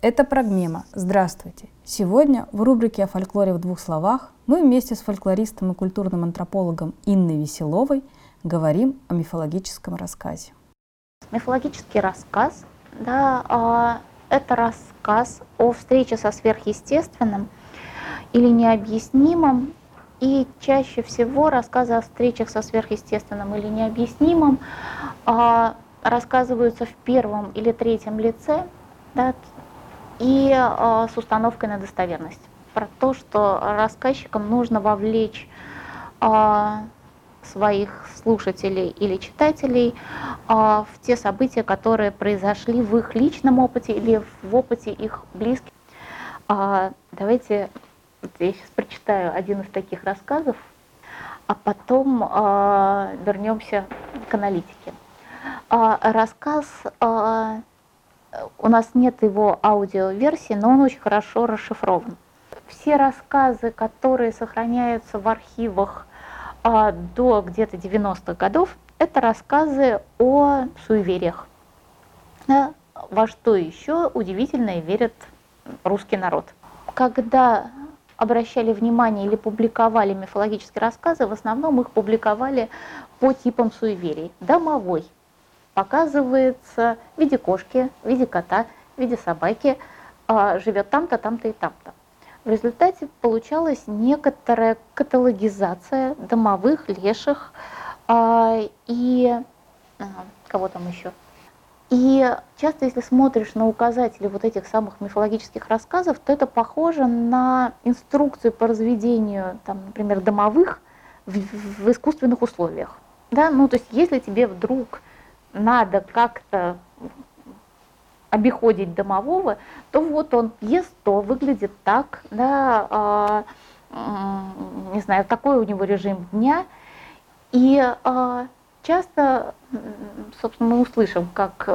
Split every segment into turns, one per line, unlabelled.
Это Прогмема. Здравствуйте! Сегодня в рубрике о фольклоре в двух словах мы вместе с фольклористом и культурным антропологом Инной Веселовой говорим о мифологическом рассказе.
Мифологический рассказ, это рассказ о встрече со сверхъестественным или необъяснимым. И чаще всего рассказы о встречах со сверхъестественным или необъяснимым рассказываются в первом или третьем лице, и с установкой на достоверность. Про то, что рассказчикам нужно вовлечь своих слушателей или читателей в те события, которые произошли в их личном опыте или в опыте их близких. Давайте я сейчас прочитаю один из таких рассказов, а потом вернемся к аналитике. Рассказ, у нас нет его аудиоверсии, но он очень хорошо расшифрован. Все рассказы, которые сохраняются в архивах до где-то 90-х годов, это рассказы о суевериях. Во что еще удивительное верит русский народ. Когда обращали внимание или публиковали мифологические рассказы, в основном их публиковали по типам суеверий. Домовой показывается в виде кошки, в виде кота, в виде собаки, живет там-то, там-то и там-то. В результате получалась некоторая каталогизация домовых, леших и кого там еще. И часто, если смотришь на указатели вот этих самых мифологических рассказов, то это похоже на инструкцию по разведению, например, домовых в искусственных условиях. То есть если тебе вдруг надо как-то обиходить домового, то вот он ест то, выглядит так, не знаю, такой у него режим дня. И часто, собственно, мы услышим, как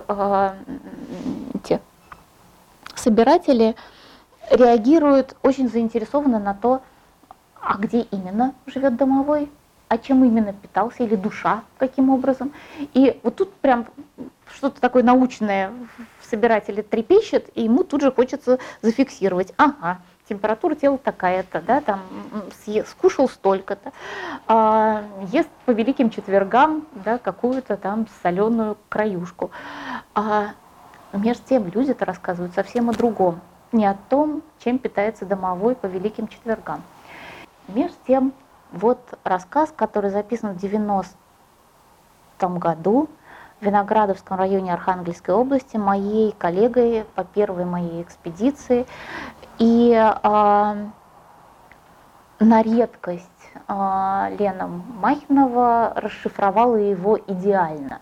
те собиратели реагируют очень заинтересованно на то, а где именно живет домовой, а чем именно питался, или душа каким образом. И вот тут прям что-то такое научное в собирателе трепещет, и ему тут же хочется зафиксировать. Ага, температура тела такая-то, скушал столько-то, ест по великим четвергам, какую-то соленую краюшку. Между тем люди-то рассказывают совсем о другом, не о том, чем питается домовой по великим четвергам. Между тем, вот рассказ, который записан в 90-м году в Виноградовском районе Архангельской области моей коллегой по первой моей экспедиции. И на редкость Лена Махинова расшифровала его идеально.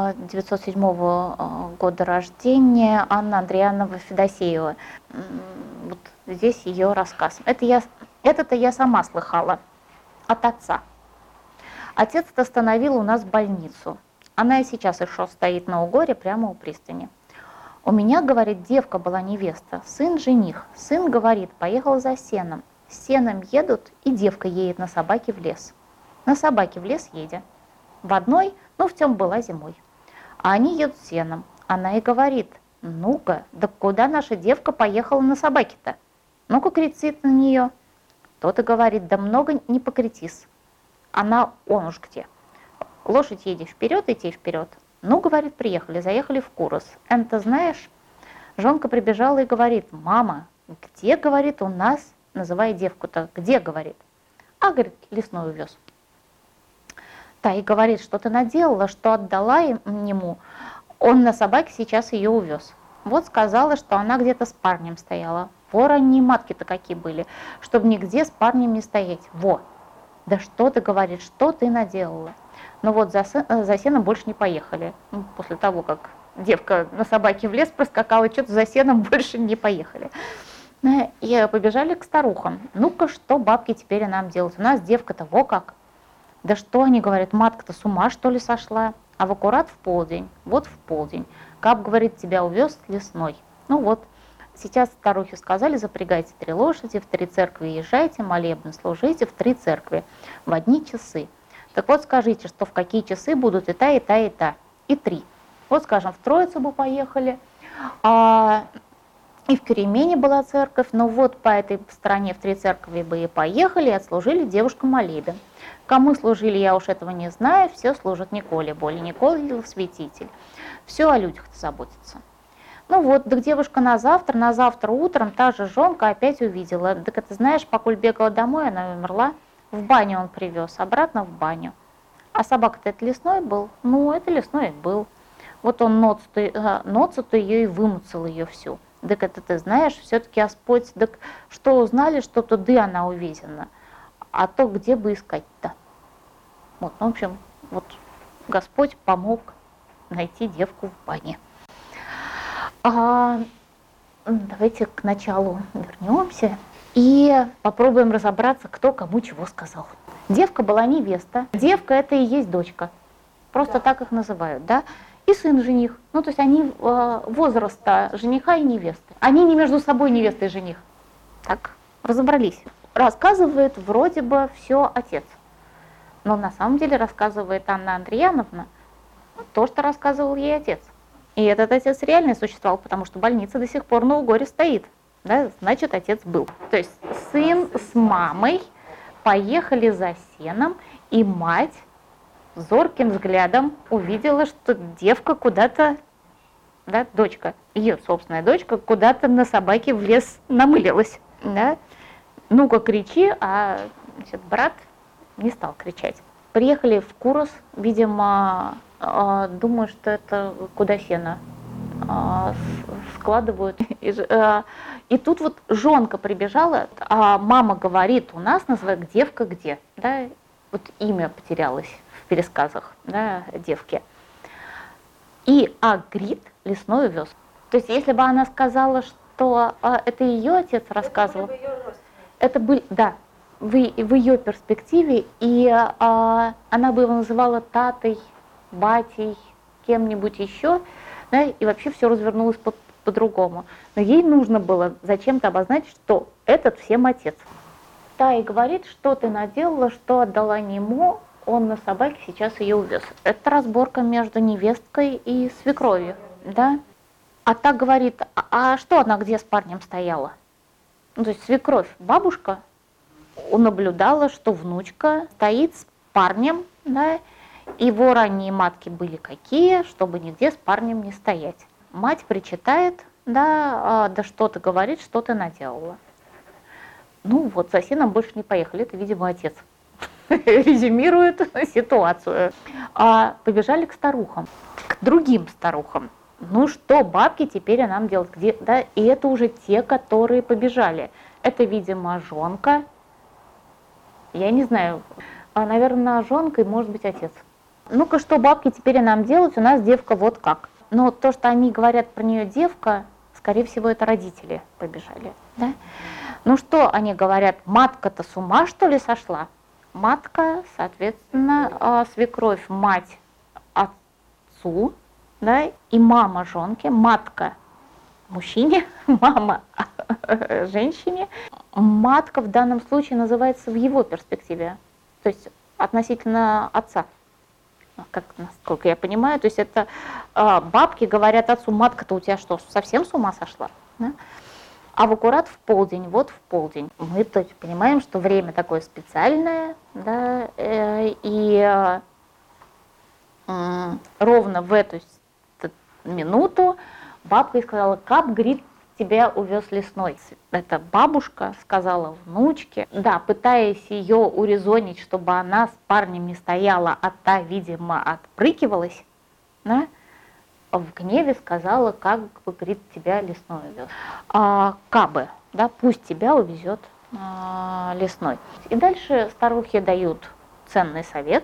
1907 года рождения, Анна Андрианова Федосеева. Вот здесь ее рассказ. Это-то я сама слыхала от отца. Отец остановил у нас больницу. Она и сейчас еще стоит на угоре прямо у пристани. У меня, говорит, девка была невеста, сын жених. Сын, говорит, поехал за сеном. С сеном едут, и девка едет на собаке в лес. На собаке в лес едет. В одной, в тем была зимой. А они едут сеном. Она и говорит, ну-ка, да куда наша девка поехала на собаке-то? Ну-ка, кричит на нее. Тот и говорит, да много не покритись. Она, он уж где. Лошадь едет вперед, идти вперед. Ну, говорит, приехали, заехали в Курос. Это знаешь, жонка прибежала и говорит, мама, где, говорит, у нас, называя девку-то, где, говорит? А, говорит, лесной увез. Та и говорит, что ты наделала, что отдала ему, он на собаке сейчас ее увез. Вот сказала, что она где-то с парнем стояла. Ранние матки-то какие были, чтобы нигде с парнем не стоять. Во! Да что ты, говорит, что ты наделала? Ну вот за сеном больше не поехали. После того, как девка на собаке в лес проскакала, что-то за сеном больше не поехали. И побежали к старухам. Ну-ка, что бабки теперь нам делать? У нас девка-то во как. Да что они, говорят, матка-то с ума, что ли, сошла? А в аккурат в полдень, вот в полдень. Кап, говорит, тебя увез лесной. Ну вот. Сейчас старухи сказали, запрягайте 3 лошади, в 3 церкви езжайте, молебны служите в 3 церкви в одни часы. Так вот скажите, что в какие часы будут и та, и та, и та, и 3. Вот, скажем, в Троицу бы поехали, И в Кюремени была церковь, но вот по этой стороне в 3 церкви бы и поехали, и отслужили девушкам молебен. Кому служили, я уж этого не знаю, все служат Николе, более Николе святитель. Все о людях заботится. Ну вот, так девушка на завтра утром та же жонка опять увидела. Так это знаешь, покуль бегала домой, она умерла. В баню он привез, обратно в баню. А собака-то это лесной был? Ну, это лесной был. Вот он ноцу-то ее и вымуцал ее всю. Так это ты знаешь, все-таки Господь, так что узнали, что туды она увезена, а то где бы искать-то? Вот, ну, в общем, вот Господь помог найти девку в бане. Давайте к началу вернемся и попробуем разобраться, кто кому чего сказал. Девка была невеста. Девка это и есть дочка. Просто так их называют, да? И сын жених. Ну, то есть они возраста жениха и невесты. Они не между собой невеста и жених. Так, разобрались. Рассказывает вроде бы все отец. Но на самом деле рассказывает Анна Андреяновна то, что рассказывал ей отец. И этот отец реально существовал, потому что больница до сих пор на Угоре стоит. Да? Значит, отец был. То есть сын с мамой поехали за сеном, и мать зорким взглядом увидела, что девка куда-то, да, дочка, ее собственная дочка, куда-то на собаке в лес намылилась. Да? Ну-ка кричи, а значит, брат не стал кричать. Приехали в Курос, видимо, думаю, что это куда сено складывают. И тут вот жонка прибежала, а мама говорит, у нас называют девка где, да, вот имя потерялось в пересказах, да, девки. И Агрид лесной увез. То есть если бы она сказала, что это ее отец рассказывал, это был, да, в ее перспективе, и она бы его называла татой, батей, кем-нибудь еще, да, и вообще все развернулось по-другому. Но ей нужно было зачем-то обозначить, что этот всем отец. Та и говорит, что ты наделала, что отдала не ему, он на собаке сейчас ее увез. Это разборка между невесткой и свекровью, да. А та говорит, а что она где с парнем стояла? Ну, то есть свекровь, бабушка, наблюдала, что внучка стоит с парнем, да, его ранние матки были какие, чтобы нигде с парнем не стоять. Мать причитает, да, да что ты говорит, что ты наделала. Ну вот, за сеном больше не поехали, это, видимо, отец резюмирует ситуацию. Побежали к старухам, к другим старухам. Ну что, бабки, теперь нам делать? Где, да? И это уже те, которые побежали. Это, видимо, жонка. Я не знаю, наверное, жонка и, может быть, отец. Ну-ка, что, бабки, теперь нам делать? У нас девка вот как. Но то, что они говорят про нее девка, скорее всего, это родители побежали. Да? Ну что они говорят, матка-то с ума, что ли, сошла? Матка, соответственно, свекровь, мать отцу, да, и мама жонке, матка мужчине, мама женщине. Матка в данном случае называется в его перспективе, то есть относительно отца, как, насколько я понимаю. То есть это бабки говорят отцу, матка-то у тебя что, совсем с ума сошла? Да? А в аккурат в полдень, вот в полдень, мы то есть, понимаем, что время такое специальное, да, и ровно в эту минуту бабка сказала, как, говорит, тебя увез лесной. Это бабушка сказала внучке, да, пытаясь ее урезонить, чтобы она с парнем не стояла, а та, видимо, отпрыкивалась, да, в гневе сказала, как бы, говорит, тебя лесной увез. Кабы, да, пусть тебя увезет лесной. И дальше старухи дают ценный совет.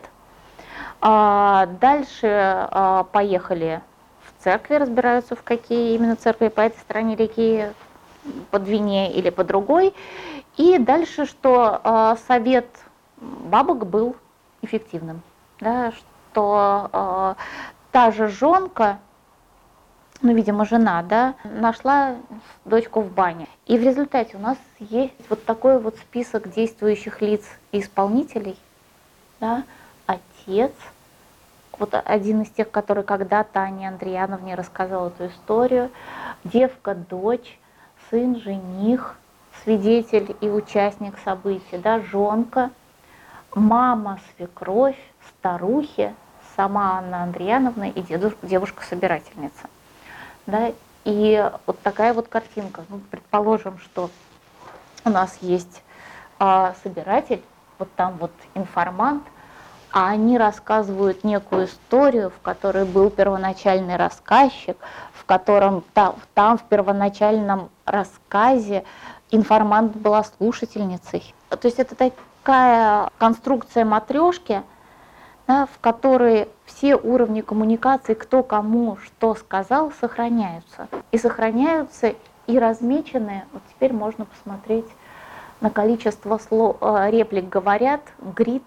Дальше поехали в церкви, разбираются, в какие именно церкви по этой стороне реки, по Двине или по другой. И дальше, что совет бабок был эффективным, да, что та же жонка, ну, видимо, жена, да, нашла дочку в бане. И в результате у нас есть вот такой вот список действующих лиц и исполнителей, да, отец, вот один из тех, который когда-то Анне Андреяновне рассказал эту историю, девка, дочь, сын, жених, свидетель и участник событий, да, жонка, мама, свекровь, старухи, сама Анна Андреановна и девушка-собирательница. Да, и вот такая вот картинка. Ну, предположим, что у нас есть собиратель, вот там вот информант, а они рассказывают некую историю, в которой был первоначальный рассказчик, в котором там в первоначальном рассказе информант была слушательницей. То есть это такая конструкция матрешки, да, в которой все уровни коммуникации, кто кому что сказал, сохраняются. И сохраняются и размечены. Вот теперь можно посмотреть на количество реплик говорят, грид,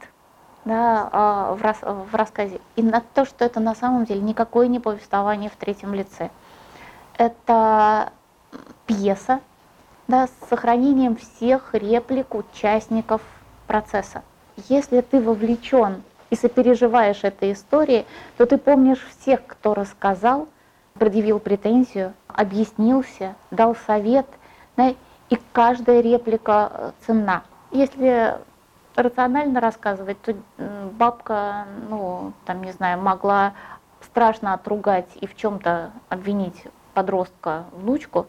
да, в рассказе. И на то, что это на самом деле никакое не повествование в третьем лице. Это пьеса, да, с сохранением всех реплик участников процесса. Если ты вовлечен и сопереживаешь этой истории, то ты помнишь всех, кто рассказал, предъявил претензию, объяснился, дал совет, да, и каждая реплика ценна. Если рационально рассказывать, то бабка, ну, там, не знаю, могла страшно отругать и в чем-то обвинить подростка, внучку,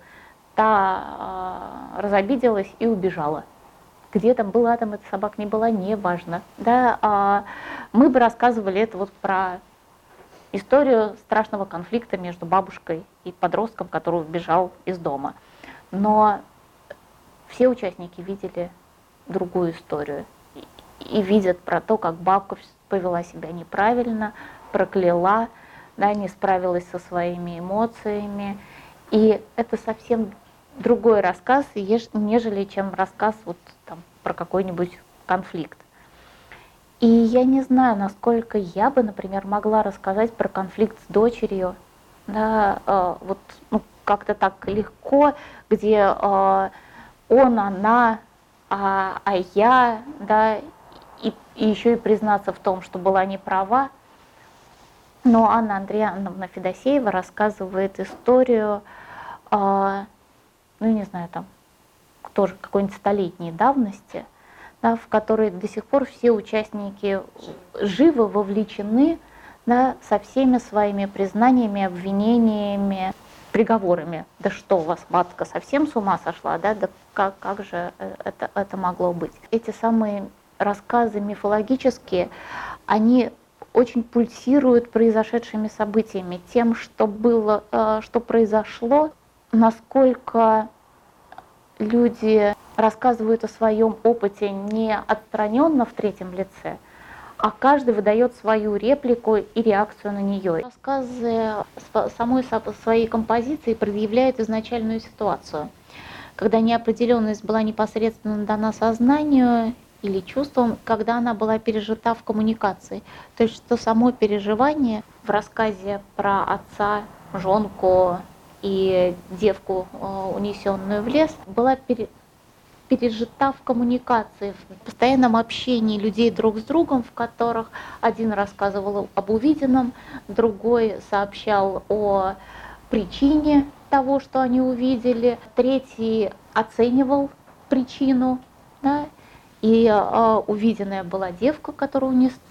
та разобиделась и убежала. Где там была, там эта собака не была, неважно. Да, мы бы рассказывали это вот про историю страшного конфликта между бабушкой и подростком, который убежал из дома. Но все участники видели другую историю и видят про то, как бабка повела себя неправильно, прокляла, да, не справилась со своими эмоциями. И это совсем другой рассказ, нежели чем рассказ вот, там, про какой-нибудь конфликт. И я не знаю, насколько я бы, например, могла рассказать про конфликт с дочерью, да, вот, ну, как-то так легко, где он, она, а я, да, и еще и признаться в том, что была не права. Но Анна Андреановна Федосеева рассказывает историю, ну, не знаю, там, тоже какой-нибудь столетней давности, да, в которой до сих пор все участники живо вовлечены, да, со всеми своими признаниями, обвинениями, приговорами. Да что у вас, матка, совсем с ума сошла, да, да как же это могло быть? Эти самые рассказы мифологические, они очень пульсируют произошедшими событиями, тем, что было, что произошло, насколько люди рассказывают о своем опыте не отстраненно в третьем лице, а каждый выдает свою реплику и реакцию на нее. Рассказы своей композиции предъявляют изначальную ситуацию, когда неопределенность была непосредственно дана сознанию или чувством, когда она была пережита в коммуникации. То есть, что само переживание в рассказе про отца, жонку и девку, унесенную в лес, была пережита в коммуникации, в постоянном общении людей друг с другом, в которых один рассказывал об увиденном, другой сообщал о причине того, что они увидели, третий оценивал причину, да, и увиденная была девка, которую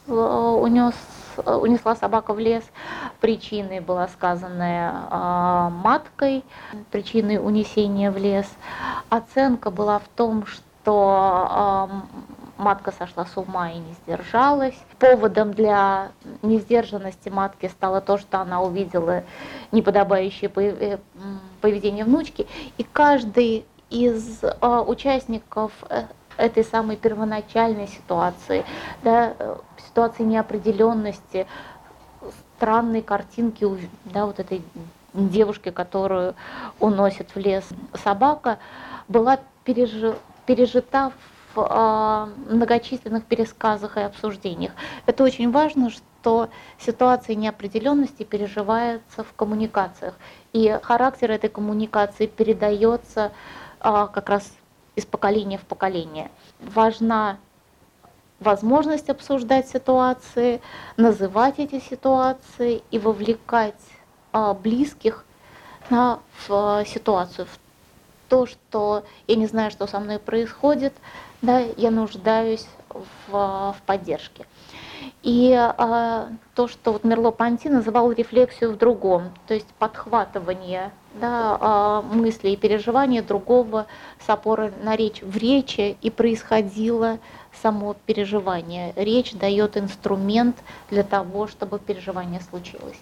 унесла собака в лес, причиной была сказанная маткой, причиной унесения в лес. Оценка была в том, что матка сошла с ума и не сдержалась. Поводом для несдержанности матки стало то, что она увидела неподобающее поведение внучки. И каждый из участников этой самой первоначальной ситуации, да, ситуации неопределенности, странной картинки, да, вот этой девушки, которую уносит в лес собака, была пережита в многочисленных пересказах и обсуждениях. Это очень важно, что ситуации неопределенности переживаются в коммуникациях, и характер этой коммуникации передается как раз из поколения в поколение. Важна возможность обсуждать ситуации, называть эти ситуации и вовлекать близких в ситуацию, то, что я не знаю, что со мной происходит, да, я нуждаюсь в поддержке. И то, что вот Мерло-Понти называл рефлексию в другом, то есть подхватывание, да, мыслей и переживания другого с опорой на речь. В речи и происходило само переживание. Речь дает инструмент для того, чтобы переживание случилось.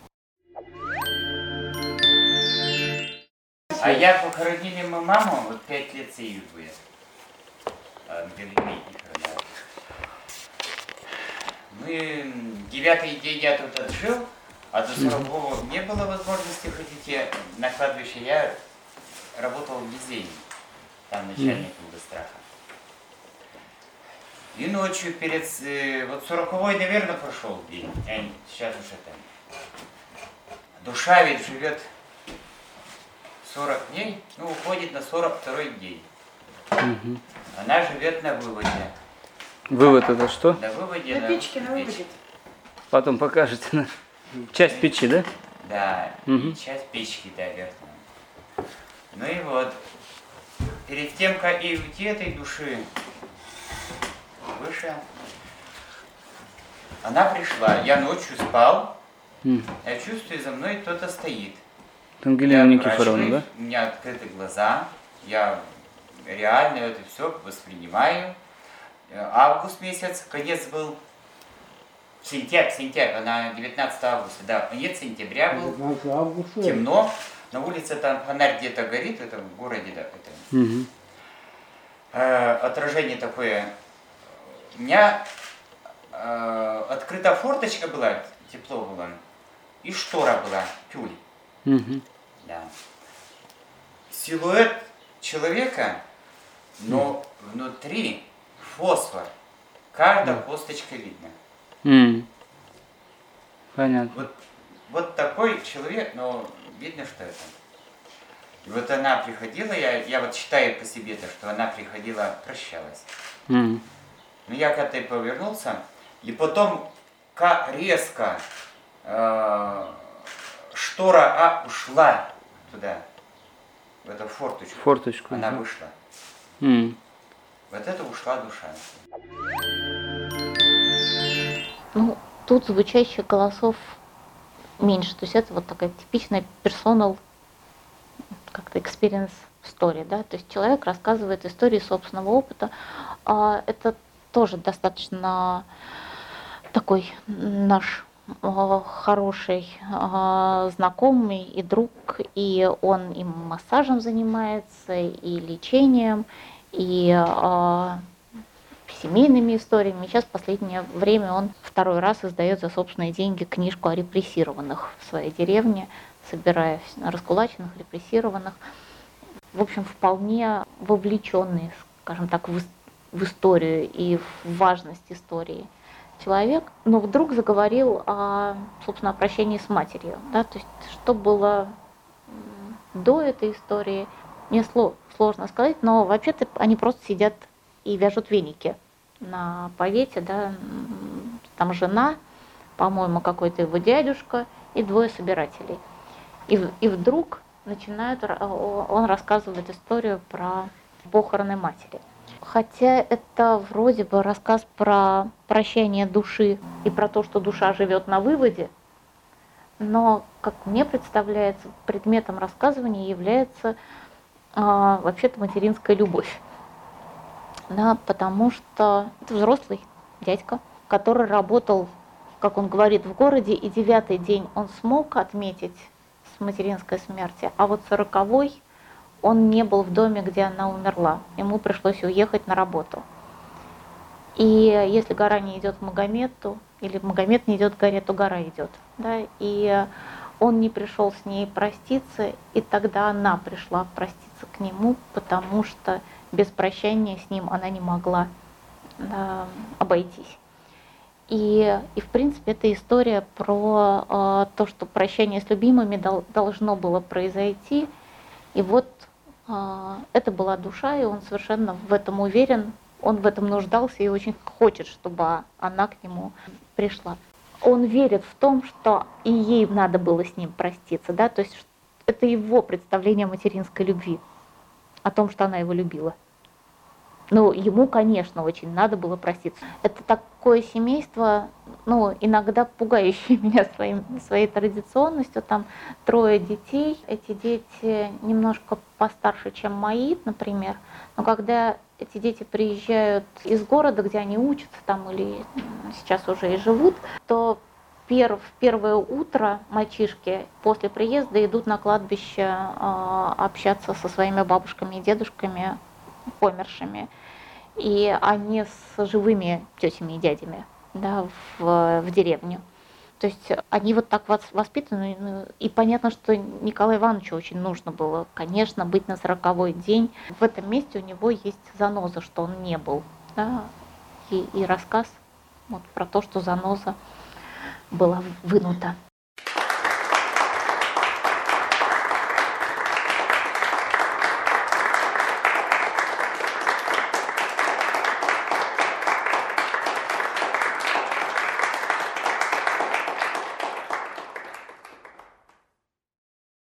А я похоронили мы маму, вот 5 лет ей будет. Мы 9-й день я тут отжил, а до 40-го не было возможности хоть идти на кладбище. Я работал в Везении, там начальник страха. И ночью перед, вот 40-й, наверное, прошел день, сейчас уже там. Душа ведь живет 40 дней, ну, уходит на 42-й день. Она живет на выводе.
Вывод это что?
На выводе.
На печке, на выводе.
Потом покажете. Часть печи, да?
Да, и часть печки, да, верхняя. Ну и вот, перед тем, как и уйти этой души выше, она пришла. Я ночью спал, я чувствую, за мной кто-то стоит.
Ангелина Никифоровна, да?
У меня открыты глаза, я реально это все воспринимаю. Август месяц, конец был, сентябрь, она 19 августа, да, конец сентября был, темно, на улице там фонарь где-то горит, это в городе, да, это отражение такое. У меня открыта форточка была, тепло было, и штора была, тюль. Да. Силуэт человека, но внутри фосфор. Каждая косточка видно.
Понятно.
Вот такой человек, но видно, что это. И вот она приходила, я вот считаю по себе-то, что она приходила, прощалась. Но я к этой повернулся, и потом как резко штора ушла туда, в эту форточку.
Форточку.
Она вышла. Вот это ушла душа.
Ну, тут звучащих голосов меньше. То есть это вот такая типичная personal как-то experience story, да, то есть человек рассказывает истории собственного опыта. Это тоже достаточно такой наш хороший знакомый и друг, и он и массажем занимается, и лечением, и семейными историями. Сейчас в последнее время он второй раз издает за собственные деньги книжку о репрессированных в своей деревне, собирая раскулаченных, репрессированных. В общем, вполне вовлеченный, скажем так, в историю и в важность истории человек, но вдруг заговорил о, собственно, о прощении с матерью. Да? То есть, что было до этой истории, мне сложно сказать, но вообще-то они просто сидят и вяжут веники на повете, да, там жена, по-моему, какой-то его дядюшка и двое собирателей. И вдруг он рассказывает историю про похороны матери. Хотя это вроде бы рассказ про прощание души и про то, что душа живет на выводе, но, как мне представляется, предметом рассказывания является вообще-то материнская любовь. Да, потому что это взрослый дядька, который работал, как он говорит, в городе, и 9-й день он смог отметить с материнской смерти, а вот 40-й он не был в доме, где она умерла. Ему пришлось уехать на работу. И если гора не идет к Магомету, или Магомет не идет к горе, то гора идет. Да? И он не пришел с ней проститься, и тогда она пришла проститься к нему, потому что без прощания с ним она не могла обойтись. И в принципе, это история про то, что прощание с любимыми должно было произойти. И вот это была душа, и он совершенно в этом уверен, он в этом нуждался и очень хочет, чтобы она к нему пришла. Он верит в том, что и ей надо было с ним проститься, да, то есть это его представление о материнской любви. о том, что она его любила. Ну, ему, конечно, очень надо было проститься. Это такое семейство, ну, иногда пугающее меня своей традиционностью. Там 3 детей. Эти дети немножко постарше, чем мои, например. Но когда эти дети приезжают из города, где они учатся там или сейчас уже и живут, то в первое утро мальчишки после приезда идут на кладбище общаться со своими бабушками и дедушками помершими. И они с живыми тетями и дядями, да, в деревню. То есть они вот так воспитаны. Ну, и понятно, что Николаю Ивановичу очень нужно было, конечно, быть на 40-й день. В этом месте у него есть заноза, что он не был. Да, и рассказ вот про то, что заноза была вынута.